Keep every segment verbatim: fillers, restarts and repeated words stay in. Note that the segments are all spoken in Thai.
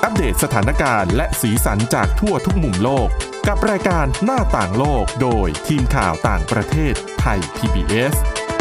อัปเดตสถานการณ์และสีสันจากทั่วทุกมุมโลกกับรายการหน้าต่างโลกโดยทีมข่าวต่างประเทศไทย พี บี เอส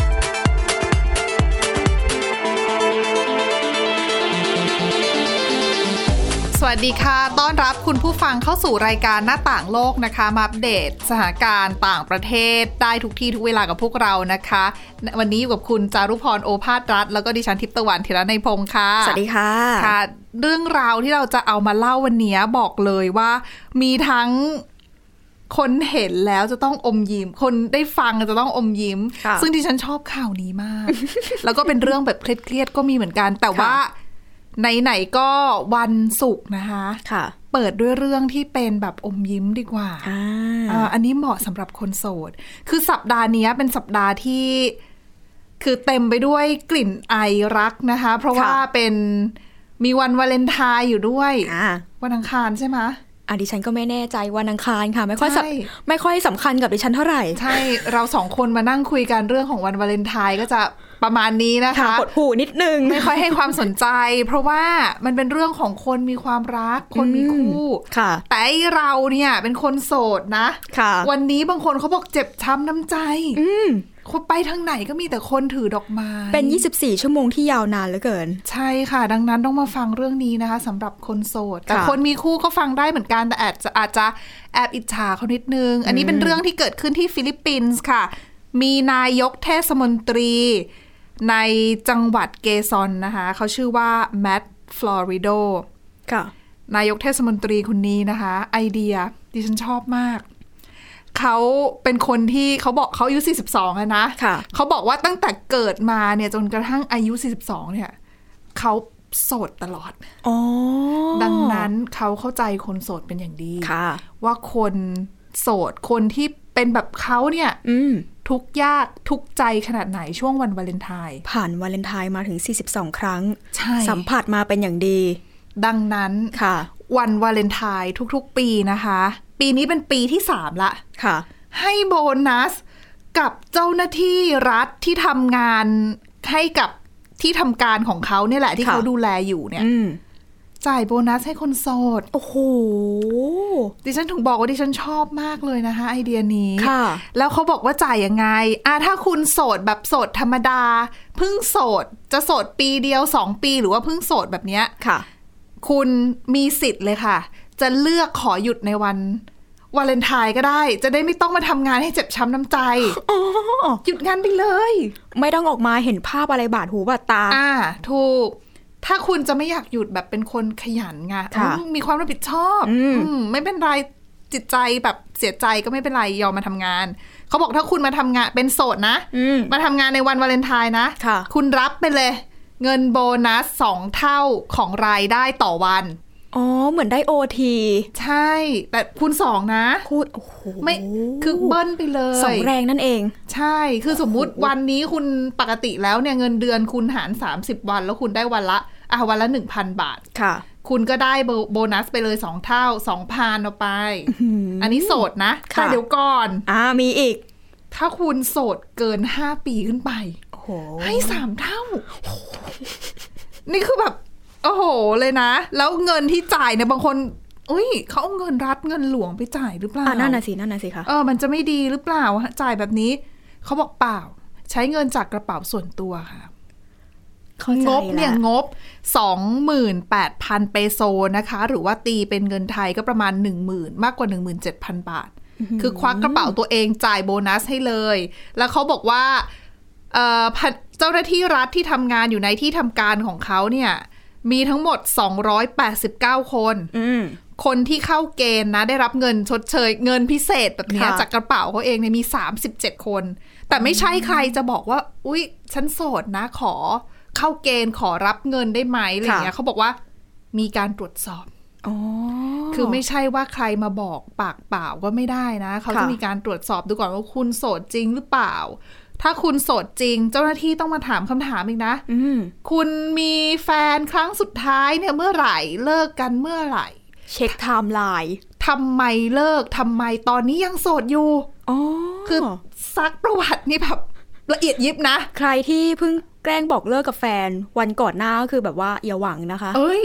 สวัสดีค่ะต้อนรับคุณผู้ฟังเข้าสู่รายการหน้าต่างโลกนะคะมาอัปเดตสถานการณ์ต่างประเทศได้ทุกที่ทุกเวลากับพวกเรานะคะวันนี้อยู่กับคุณจารุพรโอภาสรัตน์แล้วก็ดิฉันทิพย์ตะวันธีรนัยพงค์ค่ะสวัสดีค่ะค่ะเรื่องราวที่เราจะเอามาเล่าวันนี้บอกเลยว่ามีทั้งคนเห็นแล้วจะต้องอมยิ้มคนได้ฟังจะต้องอมยิ้มซึ่งดิฉันชอบข่าวนี้มาก แล้วก็เป็นเรื่องแบบเครียดๆก็มีเหมือนกันแต่ว่าไหนๆก็วันศุกร์นะคะค่ะเปิดด้วยเรื่องที่เป็นแบบอมยิ้มดีกว่าอ่าอ่าอันนี้เหมาะสำหรับคนโสดคือสัปดาห์นี้เป็นสัปดาห์ที่คือเต็มไปด้วยกลิ่นไอรักนะคะเพราะว่าเป็นมีวันวาเลนไทน์อยู่ด้วยวันอังคารใช่ไหมอ่ะดิฉันก็ไม่แน่ใจวันอังคารค่ะไม่ค่อยไม่ค่อยสำคัญกับดิฉันเท่าไหร่ใช่เราสองคนมานั่งคุยกันเรื่องของวันวาเลนไทน์ก็จะประมาณนี้นะคะกดหูนิดนึงไม่ค่อยให้ความสนใจเพราะว่ามันเป็นเรื่องของคนมีความรักคนมีคู่แต่เราเนี่ยเป็นคนโสดนะวันนี้บางคนเขาบอกเจ็บช้ำน้ำใจคนไปทางไหนก็มีแต่คนถือดอกไม้เป็นยี่สิบสี่ชั่วโมงที่ยาวนานเหลือเกินใช่ค่ะดังนั้นต้องมาฟังเรื่องนี้นะคะสำหรับคนโสดแต่คนมีคู่ก็ฟังได้เหมือนกันแต่อาจจะอาจจะแอบอิจฉาเขานิดนึงอันนี้เป็นเรื่องที่เกิดขึ้นที่ฟิลิปปินส์ค่ะมีนายกเทศมนตรีในจังหวัดเกซอนนะคะเขาชื่อว่าแมตต์ฟลอริโดค่ะนายกเทศมนตรีคนนี้นะคะไอเดียดิฉันชอบมากเขาเป็นคนที่เขาบอกเขาอายุสี่สิบสองแล้วนะเขาบอกว่าตั้งแต่เกิดมาเนี่ยจนกระทั่งอายุสี่สิบสองเนี่ยเขาโสดตลอดอ๋อดังนั้นเขาเข้าใจคนโสดเป็นอย่างดีว่าคนโสดคนที่เป็นแบบเขาเนี่ยทุกข์ยากทุกข์ใจขนาดไหนช่วงวันวาเลนไทน์ผ่านวาเลนไทน์มาถึงสี่สิบสองครั้งสัมผัสมาเป็นอย่างดีดังนั้นค่ะวันวาเลนไทน์ทุกๆปีนะคะปีนี้เป็นปีที่สามละค่ะให้โบนัสกับเจ้าหน้าที่รัฐที่ทำงานให้กับที่ทำการของเขาเนี่ยแหละที่เขาดูแลอยู่เนี่ยจ่ายโบนัสให้คนโสดโอ้โหดิฉันถึงบอกว่าดิฉันชอบมากเลยนะคะไอเดียนี้แล้วเขาบอกว่าจ่ายยังไงอ่ะถ้าคุณโสดแบบโสดธรรมดาเพิ่งโสดจะโสดปีเดียวสองปีหรือว่าเพิ่งโสดแบบเนี้ยค่ะคุณมีสิทธิ์เลยค่ะจะเลือกขอหยุดในวันวาเลนไทน์ก็ได้จะได้ไม่ต้องมาทำงานให้เจ็บช้ำน้ำใจหยุดงานไปเลยไม่ต้องออกมาเห็นภาพอะไรบาดหูบาดตาอ่าถูกถ้าคุณจะไม่อยากหยุดแบบเป็นคนขยันไงมีความรับผิดชอบไม่เป็นไรจิตใจแบบเสียใจก็ไม่เป็นไรยอมมาทำงานเขาบอกถ้าคุณมาทำงานเป็นโสดนะมาทำงานในวันวาเลนไทน์นะคุณรับไปเลยเงินโบนัสสองเท่าของรายได้ต่อวันอ๋อเหมือนได้ โอ ทีใช่แต่คูณสองนะคูณโอ้โหไม่คือเบิ้ลไปเลยสองแรงนั่นเองใช่คือสมมุติวันนี้คุณปกติแล้วเนี่ยเงินเดือนคุณหารสามสิบวันแล้วคุณได้วันละอ่ะวันละ หนึ่งพัน บาทค่ะคุณก็ได้โบนัสไปเลยสองเท่า สองพัน เอาไปอันนี้โสดนะแต่เดี๋ยวก่อนอ่ามีอีกถ้าคุณโสดเกินห้าปีขึ้นไปโอ้โหให้สามเท่านี่คือแบบโอ้โหเลยนะแล้วเงินที่จ่ายเนี่ยบางคนอุ้ยเขาเอาเงินรัฐเงินหลวงไปจ่ายหรือเปล่าอ่านั่นน่ะสินั่นน่ะสิคะเออมันจะไม่ดีหรือเปล่าจ่ายแบบนี้เขาบอกเปล่าใช้เงินจากกระเป๋าส่วนตัวค่ะงบเนี่ยงบ สองหมื่นแปดพัน เปโซนะคะหรือว่าตีเป็นเงินไทยก็ประมาณ หนึ่งหมื่น มากกว่า หนึ่งหมื่นเจ็ดพัน บาทคือควักกระเป๋าตัวเองจ่ายโบนัสให้เลยแล้วเขาบอกว่าเอ่อเจ้าหน้าที่รัฐที่ทำงานอยู่ในที่ทำการของเขาเนี่ยมีทั้งหมดสองร้อยแปดสิบเก้าคนคนที่เข้าเกณฑ์นะได้รับเงินชดเชยเงินพิเศษแบบนี้จากกระเป๋าเขาเองเนี่ยมีสามสิบเจ็ดคนแต่ไม่ใช่ใครจะบอกว่าอุ๊ยฉันโสดนะขอเข้าเกณฑ์ขอรับเงินได้ไหมอะไรเงี้ยเขาบอกว่ามีการตรวจสอบคือไม่ใช่ว่าใครมาบอกปากเปล่าก็ไม่ได้นะเขาจะมีการตรวจสอบดูก่อนว่าคุณโสดจริงหรือเปล่าถ้าคุณโสดจริงเจ้าหน้าที่ต้องมาถามคำถามอีกนะคุณมีแฟนครั้งสุดท้ายเนี่ยเมื่อไหร่เลิกกันเมื่อไหร่เช็คไทม์ไลน์ทำไมเลิกทำไมตอนนี้ยังโสดอยู่อ๋อคือซักประวัตินี่แบบละเอียดยิบนะใครที่เพิ่งแกล้งบอกเลิกกับแฟนวันก่อนหน้าก็คือแบบว่าอย่าหวังนะคะเอ้ย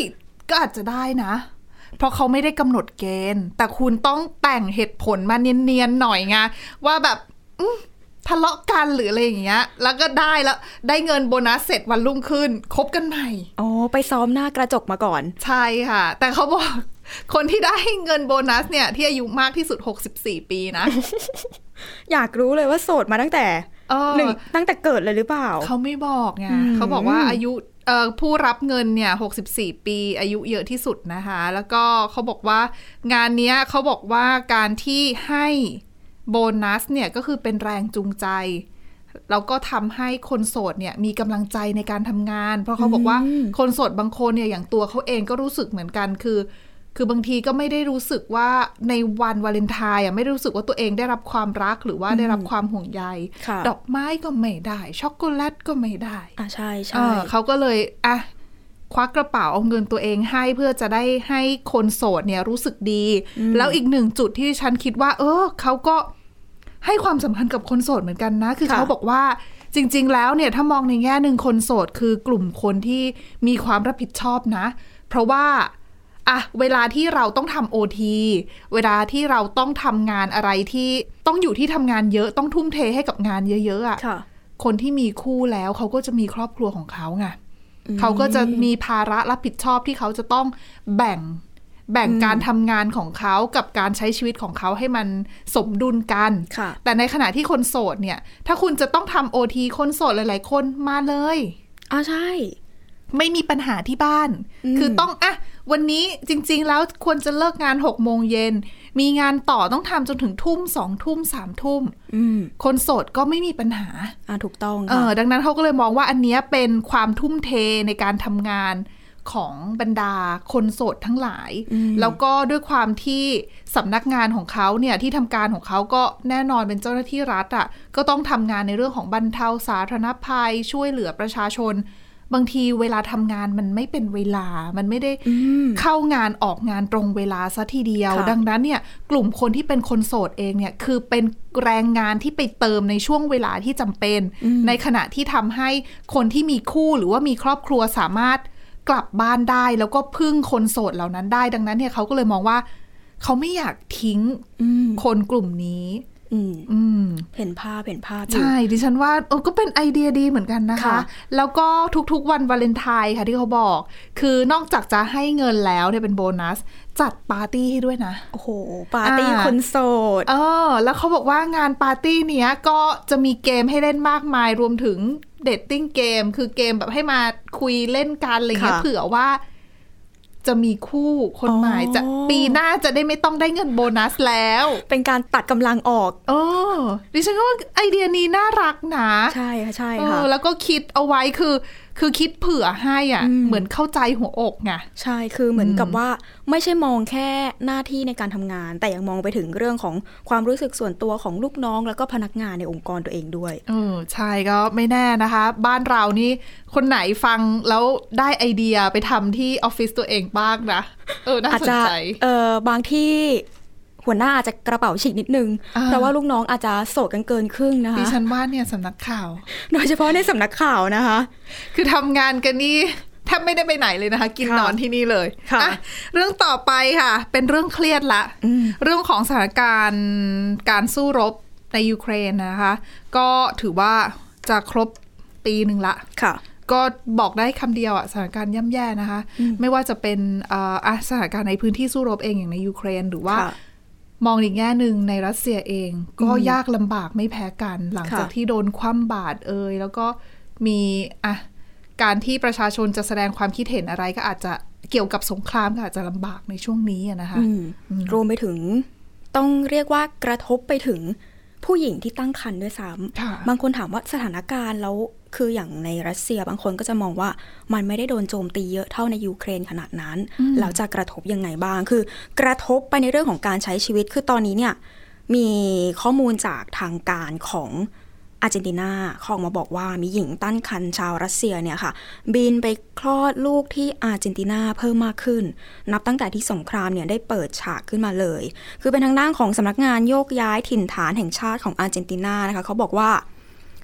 ก็อาจจะได้นะเพราะเขาไม่ได้กำหนดเกณฑ์แต่คุณต้องแต่งเหตุผลมาเนียนๆหน่อยไงว่าแบบทะเลาะกันหรืออะไรอย่างเงี้ยแล้วก็ได้แล้วได้เงินโบนัสเสร็จวันรุ่งขึ้นคบกันใหม่อ๋อไปซ้อมหน้ากระจกมาก่อนใช่ค่ะแต่เขาบอกคนที่ได้เงินโบนัสเนี่ยที่อายุมากที่สุดหกสิบสี่ปีนะอยากรู้เลยว่าโสดมาตั้งแต่หนึ่งตั้งแต่เกิดเลยหรือเปล่าเขาไม่บอกไงเขาบอกว่าอายุผู้รับเงินเนี่ยหกสิบสี่ปีอายุเยอะที่สุดนะคะแล้วก็เขาบอกว่างานนี้เขาบอกว่าการที่ให้โบนัสเนี่ยก็คือเป็นแรงจูงใจแล้วก็ทำให้คนโสดเนี่ยมีกำลังใจในการทำงานเพราะเขาบอกว่าคนโสดบางคนเนี่ยอย่างตัวเขาเองก็รู้สึกเหมือนกันคือคือบางทีก็ไม่ได้รู้สึกว่าในวันวาเลนไทน์อ่ะไม่ได้รู้สึกว่าตัวเองได้รับความรักหรือว่าได้รับความห่วงใยดอกไม้ก็ไม่ได้ช็อกโกแลตก็ไม่ได้อ่ะใช่ใช่เขาก็เลยอ่ะควักกระเป๋าเอาเงินตัวเองให้เพื่อจะได้ให้คนโสดเนี่ยรู้สึกดีแล้วอีกหนึ่งจุดที่ฉันคิดว่าเออเขาก็ให้ความสำคัญกับคนโสดเหมือนกันนะคือเขาบอกว่าจริงๆแล้วเนี่ยถ้ามองในแง่หนึ่งคนโสดคือกลุ่มคนที่มีความรับผิดชอบนะเพราะว่าอะเวลาที่เราต้องทำ โอ ที เวลาที่เราต้องทำงานอะไรที่ต้องอยู่ที่ทำงานเยอะต้องทุ่มเทให้กับงานเยอะๆอะคนที่มีคู่แล้วเขาก็จะมีครอบครัวของเขาไงเขาก็จะมีภาระรับผิดชอบที่เขาจะต้องแบ่งแบ่งการทำงานของเขากับการใช้ชีวิตของเขาให้มันสมดุลกันแต่ในขณะที่คนโสดเนี่ยถ้าคุณจะต้องทำ โอ ที คนโสดหลายๆคนมาเลยอ่าใช่ไม่มีปัญหาที่บ้านคือต้องอ่ะวันนี้จริงๆแล้วควรจะเลิกงานหกโมงเย็นมีงานต่อต้องทำจนถึงทุ่มสองทุ่มสามทุ่มคนโสดก็ไม่มีปัญหาอ่าถูกต้องเออดังนั้นเขาก็เลยมองว่าอันนี้เป็นความทุ่มเทในการทำงานของบรรดาคนโสดทั้งหลายแล้วก็ด้วยความที่สำนักงานของเขาเนี่ยที่ทำการของเขาก็แน่นอนเป็นเจ้าหน้าที่รัฐอ่ะก็ต้องทำงานในเรื่องของบรรเทาสาธารณภัยช่วยเหลือประชาชนบางทีเวลาทำงานมันไม่เป็นเวลามันไม่ได้เข้างานออกงานตรงเวลาซะทีเดียวดังนั้นเนี่ยกลุ่มคนที่เป็นคนโสดเองเนี่ยคือเป็นแรงงานที่ไปเติมในช่วงเวลาที่จำเป็นในขณะที่ทำให้คนที่มีคู่หรือว่ามีครอบครัวสามารถกลับบ้านได้แล้วก็พึ่งคนโสดเหล่านั้นได้ดังนั้นเนี่ยเขาก็เลยมองว่าเขาไม่อยากทิ้งคนกลุ่มนี้เห็นภาพเห็นภาพใช่ดิฉันว่าเออก็เป็นไอเดียดีเหมือนกันนะคะแล้วก็ทุกๆวันวาเลนไทน์ค่ะที่เขาบอกคือนอกจากจะให้เงินแล้วเนี่ยเป็นโบนัสจัดปาร์ตี้ให้ด้วยนะโอ้โหปาร์ตี้คนโสดเออแล้วเขาบอกว่างานปาร์ตี้เนี้ยก็จะมีเกมให้เล่นมากมายรวมถึงเดทติ้งเกมคือเกมแบบให้มาคุยเล่นกันอะไรเงี้ยเผื่อว่าจะมีคู่คนใหม่จะปีหน้าจะได้ไม่ต้องได้เงินโบนัสแล้วเป็นการตัดกำลังออกเออดิฉันว่าไอเดียนี้น่ารักนะใช่ค่ะใช่ค่ะแล้วก็คิดเอาไว้คือคือคิดเผื่อให้อ่ะเหมือนเข้าใจหัวอกไงใช่คือเหมือนกับว่าไม่ใช่มองแค่หน้าที่ในการทำงานแต่ยังมองไปถึงเรื่องของความรู้สึกส่วนตัวของลูกน้องแล้วก็พนักงานในองค์กรตัวเองด้วยเออใช่ก็ไม่แน่นะคะบ้านเรานี่คนไหนฟังแล้วได้ไอเดียไปทำที่ออฟฟิศตัวเองบ้างนะเออน่าสนใจเออบางที่หัวหน้าอาจจะกระเป๋าฉีกนิดนึงเพราะว่าลูกน้องอาจจะโสดกันเกินครึ่งนะคะดิฉันว่าเนี่ยสำนักข่าวโดยเฉพาะในสำนักข่าวนะคะคือทำงานกันนี่แทบไม่ได้ไปไหนเลยนะคะกินนอนที่นี่เลยค่ะเรื่องต่อไปค่ะเป็นเรื่องเครียดละเรื่องของสถานการณ์การสู้รบในยูเครนนะคะก็ถือว่าจะครบปีหนึ่งละค่ะก็บอกได้คำเดียวอะสถานการณ์ย่ำแย่นะคะไม่ว่าจะเป็นอ่าสถานการณ์ในพื้นที่สู้รบเองอย่างในยูเครนหรือว่ามองอีกแง่หนึ่งในรัสเซียเองก็ยากลำบากไม่แพ้กันหลังจากที่โดนคว่ำบาตรเอ่ยแล้วก็มีอ่ะการที่ประชาชนจะแสดงความคิดเห็นอะไรก็อาจจะเกี่ยวกับสงครามก็อาจจะลำบากในช่วงนี้นะคะรวมไปถึงต้องเรียกว่ากระทบไปถึงผู้หญิงที่ตั้งครรภ์ด้วยซ้ำบางคนถามว่าสถานการณ์แล้วคืออย่างในรัสเซียบางคนก็จะมองว่ามันไม่ได้โดนโจมตีเยอะเท่าในยูเครนขนาดนั้นแล้วจะกระทบยังไงบ้างคือกระทบไปในเรื่องของการใช้ชีวิตคือตอนนี้เนี่ยมีข้อมูลจากทางการของอาร์เจนตินาเขาออกมาบอกว่ามีหญิงตั้งครรภ์ชาวรัสเซียเนี่ยค่ะบินไปคลอดลูกที่อาร์เจนตินาเพิ่มมากขึ้นนับตั้งแต่ที่สงครามเนี่ยได้เปิดฉากขึ้นมาเลยคือเป็นทางด้านของสำนักงานโยกย้ายถิ่นฐานแห่งชาติของอาร์เจนตินานะคะเขาบอกว่า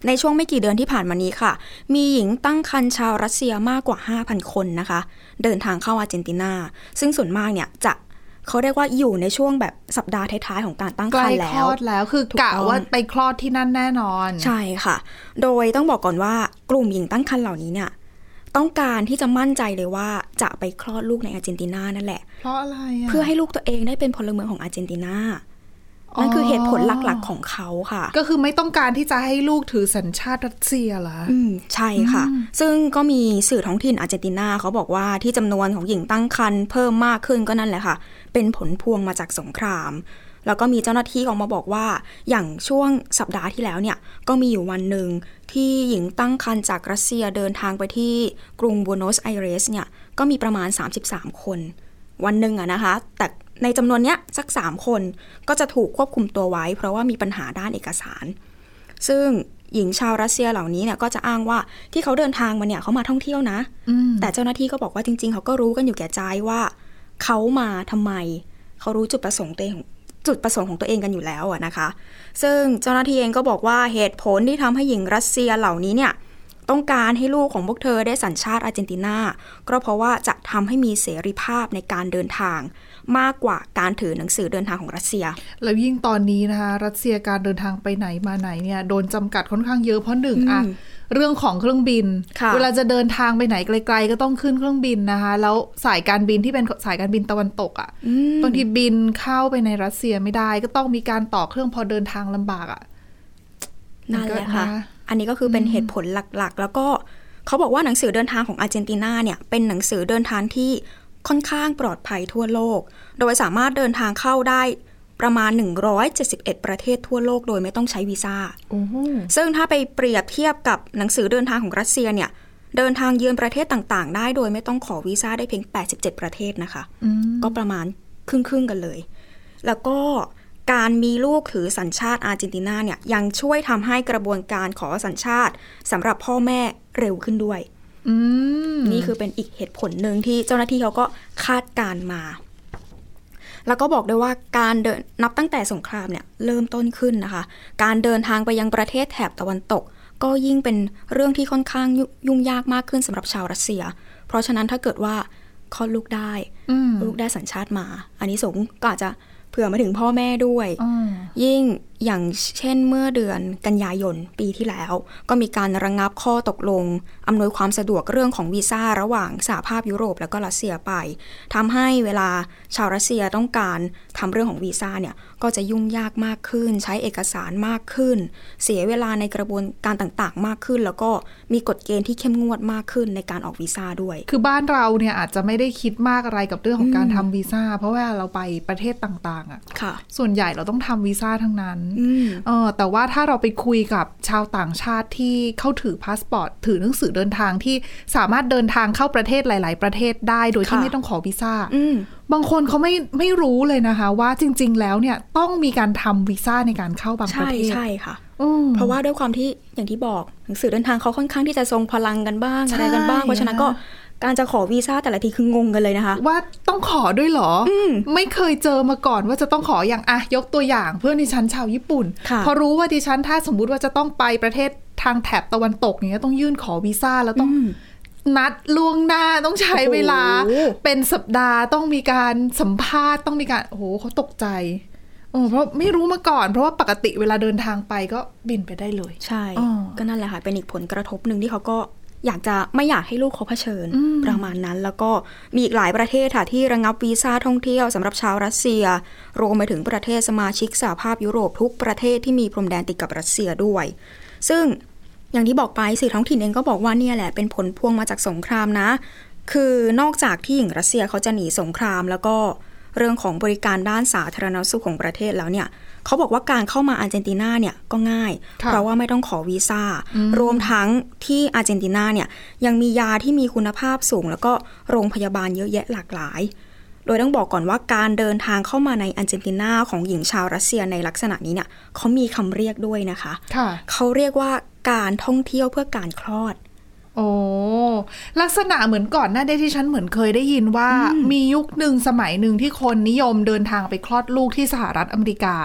ในช่วงไม่กี่เดือนที่ผ่านมานี้ค่ะมีหญิงตั้งครรภ์ชาวรัสเซียมากกว่า ห้าพัน คนนะคะเดินทางเข้าอาร์เจนตินาซึ่งส่วนมากเนี่ยจะเขาเรียกว่าอยู่ในช่วงแบบสัปดาห์ท้ายๆของการตั้งครรภ์แล้วใกล้คลอดแล้วคือกะว่าไปคลอดที่นั่นแน่นอนใช่ค่ะโดยต้องบอกก่อนว่ากลุ่มหญิงตั้งครรภ์เหล่านี้เนี่ยต้องการที่จะมั่นใจเลยว่าจะไปคลอดลูกในอาร์เจนตินานั่นแหละเพราะอะไรอ่ะเพื่อให้ลูกตัวเองได้เป็นพลเมืองของอาร์เจนตินานั่นคือเหตุผลหลักๆของเขาค่ะก็คือไม่ต้องการที่จะให้ลูกถือสัญชาติรัสเซียเหรออืมใช่ค่ะซึ่งก็มีสื่อท้องถิ่นอาร์เจนตินาเขาบอกว่าที่จำนวนของหญิงตั้งครรภ์เพิ่มมากขึ้นก็นั่นแหละค่ะเป็นผลพวงมาจากสงครามแล้วก็มีเจ้าหน้าที่ออกมาบอกว่าอย่างช่วงสัปดาห์ที่แล้วเนี่ยก็มีอยู่วันหนึ่งที่หญิงตั้งครรภ์จากรัสเซียเดินทางไปที่กรุงบัวโนสไอเรสเนี่ยก็มีประมาณสามสิบสามคนวันหนึ่งอะนะคะแต่ในจำนวนเนี้ยสักสามคนก็จะถูกควบคุมตัวไว้เพราะว่ามีปัญหาด้านเอกสารซึ่งหญิงชาวรัสเซียเหล่านี้เนี่ยก็จะอ้างว่าที่เขาเดินทางมาเนี่ยเขามาท่องเที่ยวนะแต่เจ้าหน้าที่ก็บอกว่าจริงๆเขาก็รู้กันอยู่แก่ใจว่าเขามาทำไมเขารู้จุดประสงค์ตัวเองจุดประสงค์ของตัวเองกันอยู่แล้วอะนะคะซึ่งเจ้าหน้าที่เองก็บอกว่าเหตุผลที่ทำให้หญิงรัสเซียเหล่านี้เนี่ยต้องการให้ลูกของพวกเธอได้สัญชาติอาร์เจนตินาก็เพราะว่าจะทำให้มีเสรีภาพในการเดินทางมากกว่าการถือหนังสือเดินทางของรัสเซียแล้วยิ่งตอนนี้นะคะรัสเซียการเดินทางไปไหนมาไหนเนี่ยโดนจำกัดค่อนข้างเยอะเพราะหนึ่งอะเรื่องของเครื่องบินเวลาจะเดินทางไปไหนไกลๆก็ต้องขึ้นเครื่องบินนะคะแล้วสายการบินที่เป็นสายการบินตะวันตกอ่ะบางทีบินเข้าไปในรัสเซียไม่ได้ก็ต้องมีการต่อเครื่องพอเดินทางลำบากอ่ะนั่นแหละค่ะอันนี้ก็คือเป็นเหตุผลหลักๆแล้วก็เขาบอกว่าหนังสือเดินทางของอาร์เจนตินาเนี่ยเป็นหนังสือเดินทางที่ค่อนข้างปลอดภัยทั่วโลกโดยสามารถเดินทางเข้าได้ประมาณหนึ่งร้อยเจ็ดสิบเอ็ดประเทศทั่วโลกโดยไม่ต้องใช้วีซ่าซึ่งถ้าไปเปรียบเทียบกับหนังสือเดินทางของรัสเซียเนี่ยเดินทางเยือนประเทศต่างๆได้โดยไม่ต้องขอวีซ่าได้เพียงแปดสิบเจ็ดประเทศนะคะก็ประมาณครึ่งๆกันเลยแล้วก็การมีลูกถือสัญชาติอาร์เจนตินาเนี่ยยังช่วยทำให้กระบวนการขอสัญชาติสำหรับพ่อแม่เร็วขึ้นด้วยนี่คือเป็นอีกเหตุผลหนึ่งที่เจ้าหน้าที่เขาก็คาดการมาแล้วก็บอกด้วยว่าการเดินนับตั้งแต่สงครามเนี่ยเริ่มต้นขึ้นนะคะการเดินทางไปยังประเทศแถบตะวันตกก็ยิ่งเป็นเรื่องที่ค่อนข้างยุ่งยากมากขึ้นสำหรับชาวรัสเซียเพราะฉะนั้นถ้าเกิดว่าคลอดลูกได้ลูกได้สัญชาติมาอันนี้สงก็อาจจะเผื่อมาถึงพ่อแม่ด้วยยิ่งอย่างเช่นเมื่อเดือนกันยายนปีที่แล้วก็มีการระงับข้อตกลงอำนวยความสะดวกเรื่องของวีซ่าระหว่างสหภาพยุโรปแล้วก็รัสเซียไปทำให้เวลาชาวรัสเซียต้องการทำเรื่องของวีซ่าเนี่ยก็จะยุ่งยากมากขึ้นใช้เอกสารมากขึ้นเสียเวลาในกระบวนการต่างๆมากขึ้นแล้วก็มีกฎเกณฑ์ที่เข้มงวดมากขึ้นในการออกวีซ่าด้วยคือบ้านเราเนี่ยอาจจะไม่ได้คิดมากอะไรกับเรื่องของการทำวีซ่าเพราะว่าเราไปประเทศต่างๆอ่ะส่วนใหญ่เราต้องทำวีซ่าทั้งนั้นเออแต่ว่าถ้าเราไปคุยกับชาวต่างชาติที่เข้าถือพาสปอร์ตถือหนังสือเดินทางที่สามารถเดินทางเข้าประเทศหลายๆประเทศได้โดยที่ไม่ต้องขอวีซ่าบางคนเขาไม่ไม่รู้เลยนะคะว่าจริงๆแล้วเนี่ยต้องมีการทำวีซ่าในการเข้าบางประเทศใช่ค่ะเพราะว่าด้วยความที่อย่างที่บอกหนังสือเดินทางเขาค่อนข้างที่จะทรงพลังกันบ้างอะไรกันบ้างเพราะฉะนั้นก็การจะขอวีซ่าแต่ละทีคืองงกันเลยนะคะว่าต้องขอด้วยเหรอไม่เคยเจอมาก่อนว่าจะต้องขออย่างอ่ะยกตัวอย่างเพื่อนดิฉันชาวญี่ปุ่นพอรู้ว่าดิฉันถ้าสมมุติว่าจะต้องไปประเทศทางแถบตะวันตกอย่างเงี้ยต้องยื่นขอวีซ่าแล้วต้องนัดล่วงหน้าต้องใช้เวลาเป็นสัปดาห์ต้องมีการสัมภาษณ์ต้องมีการโอ้โหเขาตกใจเพราะไม่รู้มาก่อนเพราะว่าปกติเวลาเดินทางไปก็บินไปได้เลยใช่ก็นั่นแหละค่ะเป็นอีกผลกระทบหนึ่งที่เขาก็อยากจะไม่อยากให้ลูกเขาเผชิญประมาณนั้นแล้วก็มีอีกหลายประเทศค่ะที่ระงับวีซ่าท่องเที่ยวสำหรับชาวรัสเซียรวมไปถึงประเทศสมาชิกสหภาพยุโรปทุกประเทศที่มีพรมแดนติดกับรัสเซียด้วยซึ่งอย่างที่บอกไปสื่อท้องถิ่นเองก็บอกว่าเนี่ยแหละเป็นผลพวงมาจากสงครามนะคือนอกจากที่หญิงรัสเซียเขาจะหนีสงครามแล้วก็เรื่องของบริการด้านสาธารณสุขของประเทศแล้วเนี่ยเขาบอกว่าการเข้ามาอาร์เจนตินาเนี่ยก็ง่ายเพราะว่าไม่ต้องขอวีซ่ารวมทั้งที่อาร์เจนตินาเนี่ยยังมียาที่มีคุณภาพสูงแล้วก็โรงพยาบาลเยอะแยะหลากหลายโดยต้องบอกก่อนว่าการเดินทางเข้ามาในอาร์เจนตินาของหญิงชาวรัสเซียในลักษณะนี้เนี่ยเขามีคำเรียกด้วยนะคะเขาเรียกว่าการท่องเที่ยวเพื่อการคลอดโอ้ลักษณะเหมือนก่อนหน้าได้ที่ฉันเหมือนเคยได้ยินว่ามียุคหนึ่งสมัยหนึ่งที่คนนิยมเดินทางไปคลอดลูกที่สหรัฐอเมริกาเพ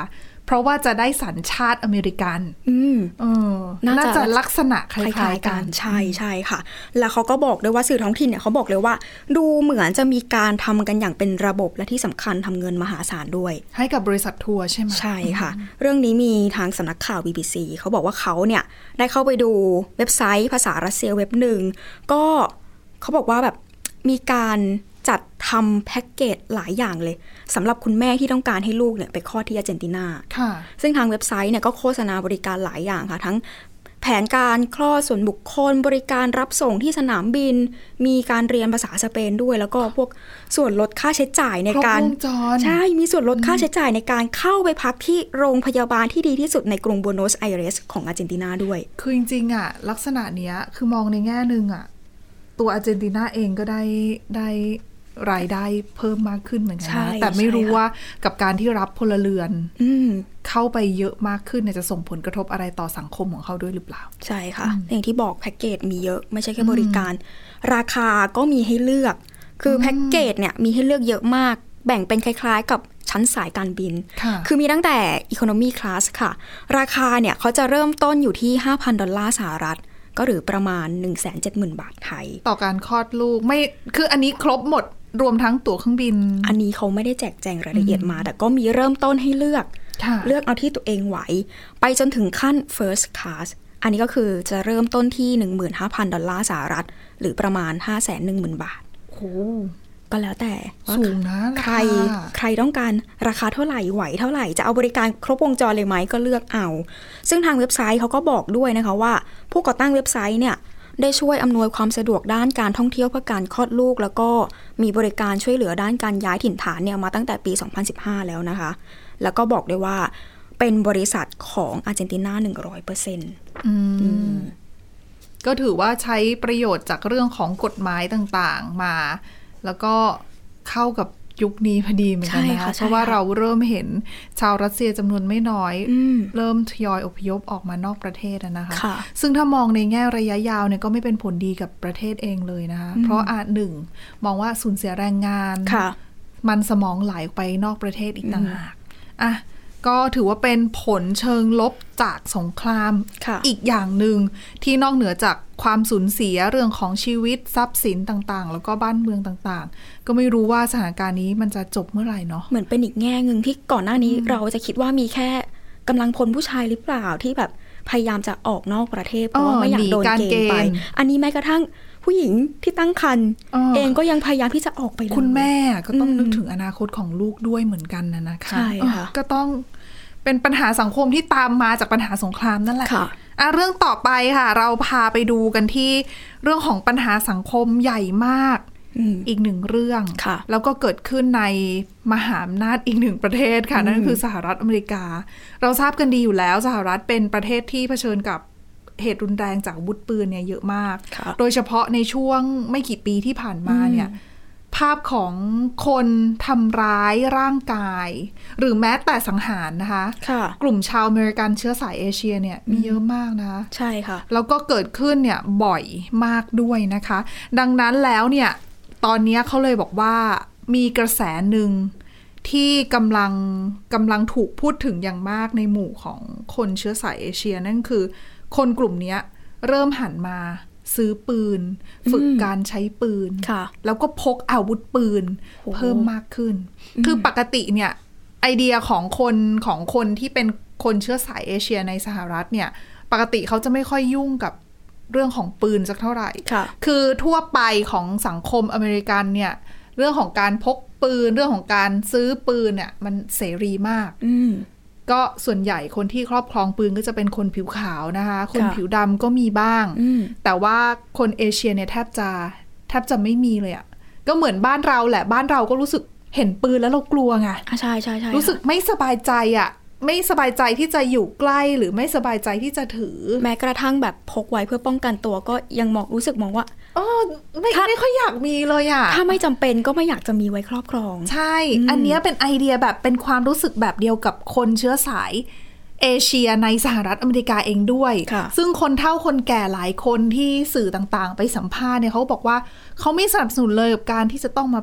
ราะว่าจะได้สัญชาติอเมริกันอืมเออน่าจะลักษณะคล้ายๆกันใช่ใช่ค่ะแล้วเขาก็บอกด้วยว่าสื่อท้องถิ่นเนี่ยเขาบอกเลยว่าดูเหมือนจะมีการทำกันอย่างเป็นระบบและที่สำคัญทำเงินมหาศาลด้วยให้กับบริษัททัวร์ใช่ไหมใช่ค่ะเรื่องนี้มีทางสำนักข่าว บี บี ซี เขาบอกว่าเขาเนี่ยได้เข้าไปดูเว็บไซต์ภาษารัสเซียเว็บหนึ่งก็เขาบอกว่าแบบมีการจัดทำแพ็กเกจหลายอย่างเลยสำหรับคุณแม่ที่ต้องการให้ลูกเนี่ยไปคลอดที่อาร์เจนตินาซึ่งทางเว็บไซต์เนี่ยก็โฆษณาบริการหลายอย่างค่ะทั้งแผนการคลอดส่วนบุคคลบริการรับส่งที่สนามบินมีการเรียนภาษาสเปนด้วยแล้วก็พวกส่วนลดค่าใช้จ่ายในการใช่มีส่วนลดค่าใช้จ่ายในการเข้าไปพักที่โรงพยาบาลที่ดีที่สุดในกรุงบัวโนสไอเรสของอาร์เจนตินาด้วยคือจริงๆอ่ะลักษณะเนี้ยคือมองในแง่นึงอ่ะตัวอาร์เจนตินาเองก็ได้ได้รายได้เพิ่มมากขึ้นเหมือนกันนะแต่ไม่รู้ว่ากับการที่รับพลเรือนเข้าไปเยอะมากขึ้นเนี่ยจะส่งผลกระทบอะไรต่อสังคมของเขาด้วยหรือเปล่าใช่ค่ะอย่างที่บอกแพ็กเกจมีเยอะไม่ใช่แค่บริการราคาก็มีให้เลือกคือแพ็กเกจเนี่ยมีให้เลือกเยอะมากแบ่งเป็นคล้ายๆกับชั้นสายการบินคือมีตั้งแต่ Economy Class ค่ะราคาเนี่ยเขาจะเริ่มต้นอยู่ที่ ห้าพัน ดอลลาร์สหรัฐก็หรือประมาณ หนึ่งแสนเจ็ดหมื่น บาทไทยต่อการคลอดลูกไม่คืออันนี้ครบหมดรวมทั้งตั๋วเครื่องบินอันนี้เขาไม่ได้แจกแจงรายละเอียดมาแต่ก็มีเริ่มต้นให้เลือกเลือกเอาที่ตัวเองไหวไปจนถึงขั้น First Class อันนี้ก็คือจะเริ่มต้นที่ หนึ่งหมื่นห้าพัน ดอลลาร์สหรัฐหรือประมาณ ห้าแสนหนึ่งหมื่น บาทโอ้ก็แล้วแต่สูงนะใครใครต้องการราคาเท่าไหร่ไหวเท่าไหร่จะเอาบริการครบวงจรเลยไหมก็เลือกเอาซึ่งทางเว็บไซต์เขาก็บอกด้วยนะคะว่าผู้ก่อตั้งเว็บไซต์เนี่ยได้ช่วยอำนวยความสะดวกด้านการท่องเที่ยวเพื่อการคลอดลูกแล้วก็มีบริการช่วยเหลือด้านการย้ายถิ่นฐานเนี่ยมาตั้งแต่ปีสองพันสิบห้าแล้วนะคะแล้วก็บอกด้วยว่าเป็นบริษัทของอาร์เจนตินา หนึ่งร้อยเปอร์เซ็นต์อืมก็ถือว่าใช้ประโยชน์จากเรื่องของกฎหมายต่างๆมาแล้วก็เข้ากับยุคนี้พอดีเหมือนกันนะคะเพราะว่าเราเริ่มเห็นชาวรัสเซียจำนวนไม่น้อยเริ่มทยอยอพยพออกมานอกประเทศนะคะซึ่งถ้ามองในแง่ระยะยาวเนี่ยก็ไม่เป็นผลดีกับประเทศเองเลยนะคะเพราะอาจหนึ่งมองว่าสูญเสียแรงงานมันสมองไหลไปนอกประเทศอีกต่างหากอ่ะก็ถือว่าเป็นผลเชิงลบจากสงครามอีกอย่างหนึ่งที่นอกเหนือจากความสูญเสียเรื่องของชีวิตทรัพย์สินต่างๆแล้วก็บ้านเมืองต่างๆก็ไม่รู้ว่าสถานการณ์นี้มันจะจบเมื่อไหร่เนาะเหมือนเป็นอีกแง่นึงที่ก่อนหน้านี้เราจะคิดว่ามีแค่กำลังพลผู้ชายหรือเปล่าที่แบบพยายามจะออกนอกประเทศเพราะว่าไม่อยากโดนเกณฑ์ไปอันนี้แม้กระทั่งผู้หญิงที่ตั้งครรภ์ เ, เองก็ยังพยายามที่จะออกไปคุณแม่ก็ต้องนึกถึงอนาคตของลูกด้วยเหมือนกันนะนะคะใช่ค่ะก็ต้องเป็นปัญหาสังคมที่ตามมาจากปัญหาสงครามนั่นแหละค่ะอ่ะเรื่องต่อไปค่ะเราพาไปดูกันที่เรื่องของปัญหาสังคมใหญ่มากอีกหนึ่งเรื่องแล้วก็เกิดขึ้นในมหาอำนาจอีกหนึ่งประเทศค่ะนั่นคือสหรัฐอเมริกาเราทราบกันดีอยู่แล้วสหรัฐเป็นประเทศที่เผชิญกับเหตุรุนแรงจากอาวุธปืนเนี่ยเยอะมากโดยเฉพาะในช่วงไม่กี่ปีที่ผ่านมาเนี่ยภาพของคนทำร้ายร่างกายหรือแม้แต่สังหารนะคะกลุ่มชาวอเมริกันเชื้อสายเอเชียเนี่ยมีเยอะมากนะคะใช่ค่ะแล้วก็เกิดขึ้นเนี่ยบ่อยมากด้วยนะคะดังนั้นแล้วเนี่ยตอนนี้เขาเลยบอกว่ามีกระแสหนึ่งที่กำลังกำลังถูกพูดถึงอย่างมากในหมู่ของคนเชื้อสายเอเชียนั่นคือคนกลุ่มนี้เริ่มหันมาซื้อปืนฝึกการใช้ปืนแล้วก็พกอาวุธปืนเพิ่มมากขึ้นคือปกติเนี่ยไอเดียของคนของคนที่เป็นคนเชื้อสายเอเชียในสหรัฐเนี่ยปกติเขาจะไม่ค่อยยุ่งกับเรื่องของปืนสักเท่าไหร่คือทั่วไปของสังคมอเมริกันเนี่ยเรื่องของการพกปืนเรื่องของการซื้อปืนเนี่ยมันเสรีมากก็ส่วนใหญ่คนที่ครอบครองปืนก็จะเป็นคนผิวขาวนะคะคนผิวดำก็มีบ้างแต่ว่าคนเอเชียเนี่ยแทบจะแทบจะไม่มีเลยอ่ะก็เหมือนบ้านเราแหละบ้านเราก็รู้สึกเห็นปืนแล้วเรากลัวไงใช่ใช่ใช่รู้สึกไม่สบายใจอ่ะไม่สบายใจที่จะอยู่ใกล้หรือไม่สบายใจที่จะถือแม้กระทั่งแบบพกไว้เพื่อป้องกันตัวก็ยังมองรู้สึกมองว่าอ๋อไม่ไม่ค่อยอยากมีเลยอ่ะถ้าไม่จำเป็นก็ไม่อยากจะมีไว้ครอบครองใช่อันนี้เป็นไอเดียแบบเป็นความรู้สึกแบบเดียวกับคนเชื้อสายเอเชียในสหรัฐอเมริกาเองด้วยซึ่งคนเฒ่าคนแก่หลายคนที่สื่อต่างๆไปสัมภาษณ์เนี่ยเขาบอกว่าเขาไม่สนับสนุนเลยกับการที่จะต้องมาพก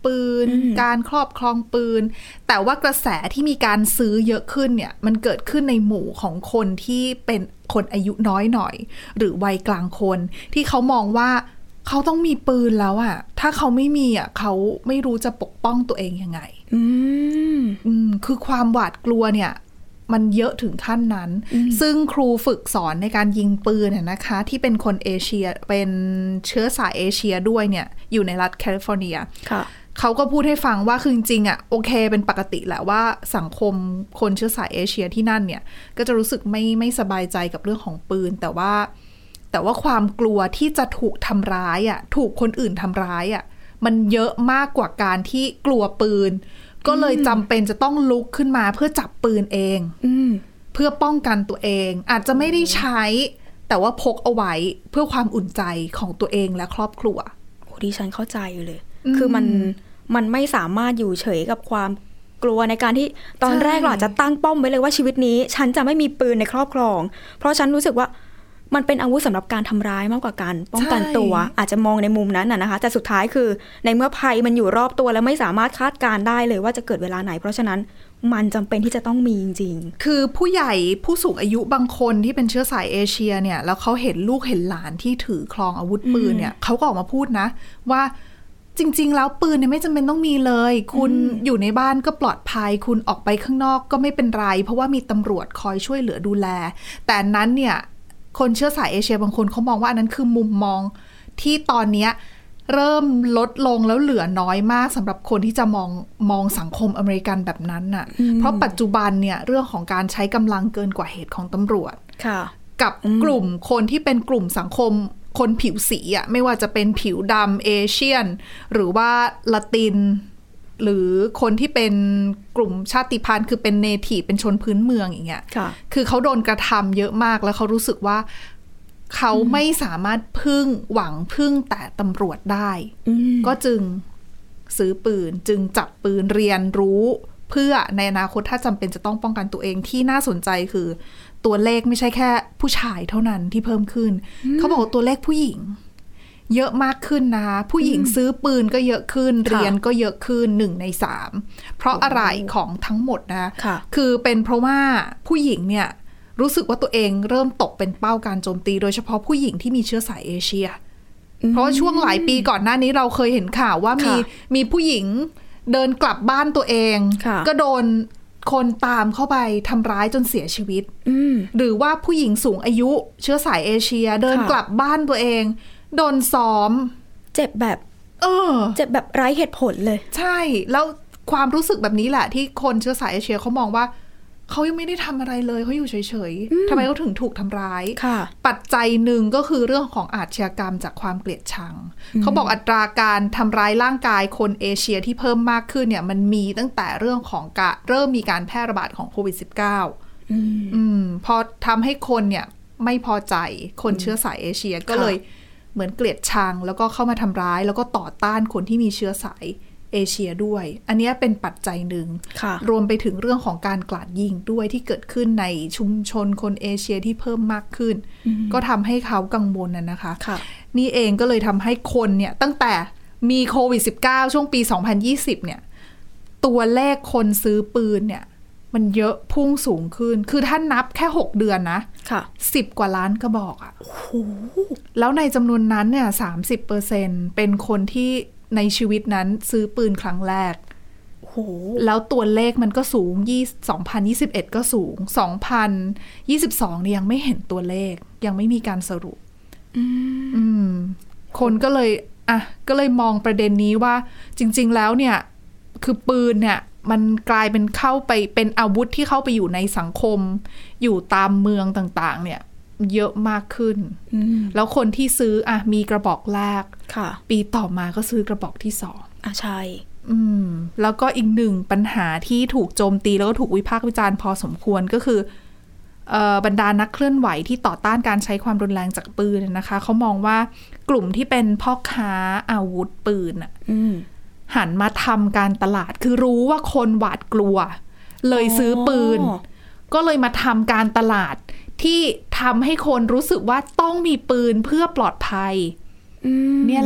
ปืนการครอบครองปืนแต่ว่ากระแสที่มีการซื้อเยอะขึ้นเนี่ยมันเกิดขึ้นในหมู่ของคนที่เป็นคนอายุน้อยหน่อยหรือวัยกลางคนที่เขามองว่าเขาต้องมีปืนแล้วอะถ้าเขาไม่มีอะเขาไม่รู้จะปกป้องตัวเองยังไงอืมอืมคือความหวาดกลัวเนี่ยมันเยอะถึงขั้นนั้นซึ่งครูฝึกสอนในการยิงปืนเนี่ยนะคะที่เป็นคนเอเชียเป็นเชื้อสายเอเชียด้วยเนี่ยอยู่ในรัฐแคลิฟอร์เนียเขาก็พูดให้ฟังว่าคือจริงๆอ่ะโอเคเป็นปกติแหละว่าสังคมคนเชื้อสายเอเชียที่นั่นเนี่ยก็จะรู้สึกไม่ไม่สบายใจกับเรื่องของปืนแต่ว่าแต่ว่าความกลัวที่จะถูกทำร้ายอ่ะถูกคนอื่นทำร้ายอ่ะมันเยอะมากกว่าการที่กลัวปืนก็เลยจำเป็นจะต้องลุกขึ้นมาเพื่อจับปืนเองเพื่อป้องกันตัวเองอาจจะไม่ได้ใช้แต่ว่าพกเอาไว้เพื่อความอุ่นใจของตัวเองและครอบครัวโอ้ดิฉันเข้าใจอยู่เลยคือมันมันไม่สามารถอยู่เฉยกับความกลัวในการที่ตอนแรกเราอาจจะตั้งป้อมไว้เลยว่าชีวิตนี้ฉันจะไม่มีปืนในครอบครองเพราะฉันรู้สึกว่ามันเป็นอาวุธสำหรับการทำร้ายมากกว่าการป้องกันตัวอาจจะมองในมุมนั้นน่ะนะคะแต่สุดท้ายคือในเมื่อภัยมันอยู่รอบตัวแล้วไม่สามารถคาดการได้เลยว่าจะเกิดเวลาไหนเพราะฉะนั้นมันจำเป็นที่จะต้องมีจริงๆคือผู้ใหญ่ผู้สูงอายุบางคนที่เป็นเชื้อสายเอเชียเนี่ยแล้วเขาเห็นลูกเห็นหลานที่ถือครองอาวุธปืนเนี่ยเขาก็ออกมาพูดนะว่าจริงๆแล้วปืนเนี่ยไม่จำเป็นต้องมีเลยคุณอยู่ในบ้านก็ปลอดภัยคุณออกไปข้างนอกก็ไม่เป็นไรเพราะว่ามีตำรวจคอยช่วยเหลือดูแลแต่นั้นเนี่ยคนเชื้อสายเอเชียบางคนเขามองว่าอันนั้นคือมุมมองที่ตอนนี้เริ่มลดลงแล้วเหลือน้อยมากสำหรับคนที่จะมองมองสังคมอเมริกันแบบนั้นน่ะเพราะปัจจุบันเนี่ยเรื่องของการใช้กำลังเกินกว่าเหตุของตำรวจกับกลุ่มคนที่เป็นกลุ่มสังคมคนผิวสีอ่ะไม่ว่าจะเป็นผิวดำเอเชียนหรือว่าละตินหรือคนที่เป็นกลุ่มชาติพันธุ์คือเป็นเนทีฟเป็นชนพื้นเมืองอย่างเงี้ยคือเขาโดนกระทำเยอะมากแล้วเขารู้สึกว่าเขาไม่สามารถพึ่งหวังพึ่งแต่ตำรวจได้ก็จึงซื้อปืนจึงจับปืนเรียนรู้เพื่อในอนาคตถ้าจำเป็นจะต้องป้องกันตัวเองที่น่าสนใจคือตัวเลขไม่ใช่แค่ผู้ชายเท่านั้นที่เพิ่มขึ้นเขาบอกว่าตัวเลขผู้หญิงเยอะมากขึ้นนะคะผู้หญิงซื้อปืนก็เยอะขึ้นเรียนก็เยอะขึ้นหนึ่งในสามเพราะอะไรของทั้งหมดนะคือเป็นเพราะว่าผู้หญิงเนี่ยรู้สึกว่าตัวเองเริ่มตกเป็นเป้าการโจมตีโดยเฉพาะผู้หญิงที่มีเชื้อสายเอเชียเพราะช่วงหลายปีก่อนหน้านี้เราเคยเห็นข่าวว่ามีมีผู้หญิงเดินกลับบ้านตัวเองก็โดนคนตามเข้าไปทำร้ายจนเสียชีวิตหรือว่าผู้หญิงสูงอายุเชื้อสายเอเชียเดินกลับบ้านตัวเองโดนซ้อมเจ็บแบบเออเจ็บแบบไร้เหตุผลเลยใช่แล้วความรู้สึกแบบนี้แหละที่คนเชื้อสายเอเชียเขามองว่าเขายังไม่ได้ทำอะไรเลยเขาอยู่เฉยๆทำไมเขาถึงถูกทำร้ายปัจจัยหนึ่งก็คือเรื่องของอาชญากรรมจากความเกลียดชังเขาบอกอัตราการทำร้ายร่างกายคนเอเชียที่เพิ่มมากขึ้นเนี่ยมันมีตั้งแต่เรื่องของการเริ่มมีการแพร่ระบาดของโควิด สิบเก้า อืมพอทำให้คนเนี่ยไม่พอใจคนเชื้อสายเอเชียก็เลยเหมือนเกลียดชังแล้วก็เข้ามาทำร้ายแล้วก็ต่อต้านคนที่มีเชื้อสายเอเชียด้วยอันนี้เป็นปัจจัยหนึ่งรวมไปถึงเรื่องของการกราดยิงด้วยที่เกิดขึ้นในชุมชนคนเอเชียที่เพิ่มมากขึ้นก็ทำให้เขากังวลน่ะนะคะนี่เองก็เลยทำให้คนเนี่ยตั้งแต่มีโควิด สิบเก้า ช่วงปีสองพันยี่สิบเนี่ยตัวเลขคนซื้อปืนเนี่ยมันเยอะพุ่งสูงขึ้นคือถ้านับแค่หกเดือนนะสิบกว่าล้านกระบอกอ่ะแล้วในจำนวนนั้นเนี่ย สามสิบเปอร์เซ็นต์ เป็นคนที่ในชีวิตนั้นซื้อปืนครั้งแรกแล้วตัวเลขมันก็สูงสองพันยี่สิบเอ็ดก็สูงสองพันยี่สิบสองเนี่ยยังไม่เห็นตัวเลขยังไม่มีการสรุปอืมคนก็เลยอ่ะก็เลยมองประเด็นนี้ว่าจริงๆแล้วเนี่ยคือปืนเนี่ยมันกลายเป็นเข้าไปเป็นอาวุธที่เข้าไปอยู่ในสังคมอยู่ตามเมืองต่างๆเนี่ยเยอะมากขึ้นแล้วคนที่ซื้ออ่ะมีกระบอกแรกปีต่อมาก็ซื้อกระบอกที่สองอ่ะใช่อืมแล้วก็อีกหนึ่งปัญหาที่ถูกโจมตีแล้วก็ถูกวิพากษ์วิจารณ์พอสมควรก็คือเอ่อบรรดานักเคลื่อนไหวที่ต่อต้านการใช้ความรุนแรงจากปืนนะคะเขามองว่ากลุ่มที่เป็นพ่อค้าอาวุธปืนอ่ะหันมาทำการตลาดคือรู้ว่าคนหวาดกลัวเลยซื้อปืนก็เลยมาทำการตลาดที่ทำให้คนรู้สึกว่าต้องมีปืนเพื่อปลอดภัยเนี่ยแหละ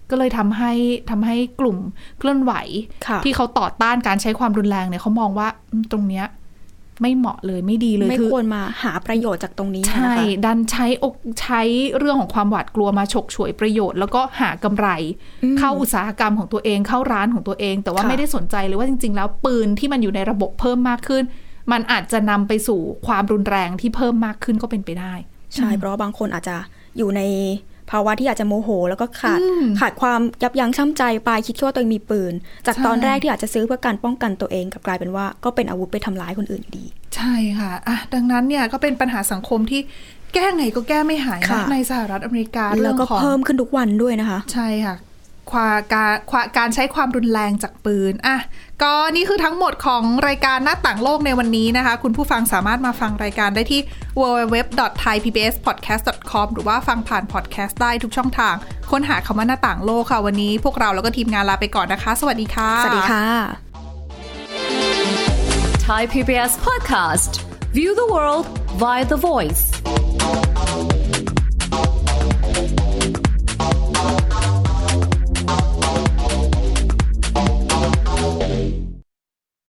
ก็เลยทำให้ทำให้กลุ่มเคลื่อนไหวที่เขาต่อต้านการใช้ความรุนแรงเนี่ยเขามองว่าตรงเนี้ยไม่เหมาะเลยไม่ดีเลยไม่ควรมาหาประโยชน์จากตรงนี้ใช่ดันใช้อกใช้เรื่องของความหวาดกลัวมาฉกฉวยประโยชน์แล้วก็หากำไรเข้าอุตสาหกรรมของตัวเองเข้าร้านของตัวเองแต่ว่าไม่ได้สนใจเลยว่าจริงๆแล้วปืนที่มันอยู่ในระบบเพิ่มมากขึ้นมันอาจจะนำไปสู่ความรุนแรงที่เพิ่มมากขึ้นก็เป็นไปได้ใช่เพราะว่าบางคนอาจจะอยู่ในภาวะที่อาจจะโมโหแล้วก็ขาดขาดความยับยั้งชั่งใจไปคิดว่าตัวเองมีปืนจากตอนแรกที่อาจจะซื้อเพื่อการป้องกันตัวเองกลับกลายเป็นว่าก็เป็นอาวุธไปทำร้ายคนอื่นดีใช่ค่ะอ่ะดังนั้นเนี่ยก็เป็นปัญหาสังคมที่แก้ไงก็แก้ไม่หายนะในสหรัฐอเมริกาแล้วก็เพิ่มขึ้นทุกวันด้วยนะคะใช่ค่ะความการการใช้ความรุนแรงจากปืนอ่ะก็นี่คือทั้งหมดของรายการหน้าต่างโลกในวันนี้นะคะคุณผู้ฟังสามารถมาฟังรายการได้ที่ ดับเบิลยู ดับเบิลยู ดับเบิลยู ดอท ไทย พี บี เอส พอดแคสต์ ดอท คอม หรือว่าฟังผ่านพอดแคสต์ได้ทุกช่องทางค้นหาคำว่าหน้าต่างโลกค่ะวันนี้พวกเราแล้วก็ทีมงานลาไปก่อนนะคะสวัสดีค่ะสวัสดีค่ะ Thai พี บี เอส Podcast View the world via the voice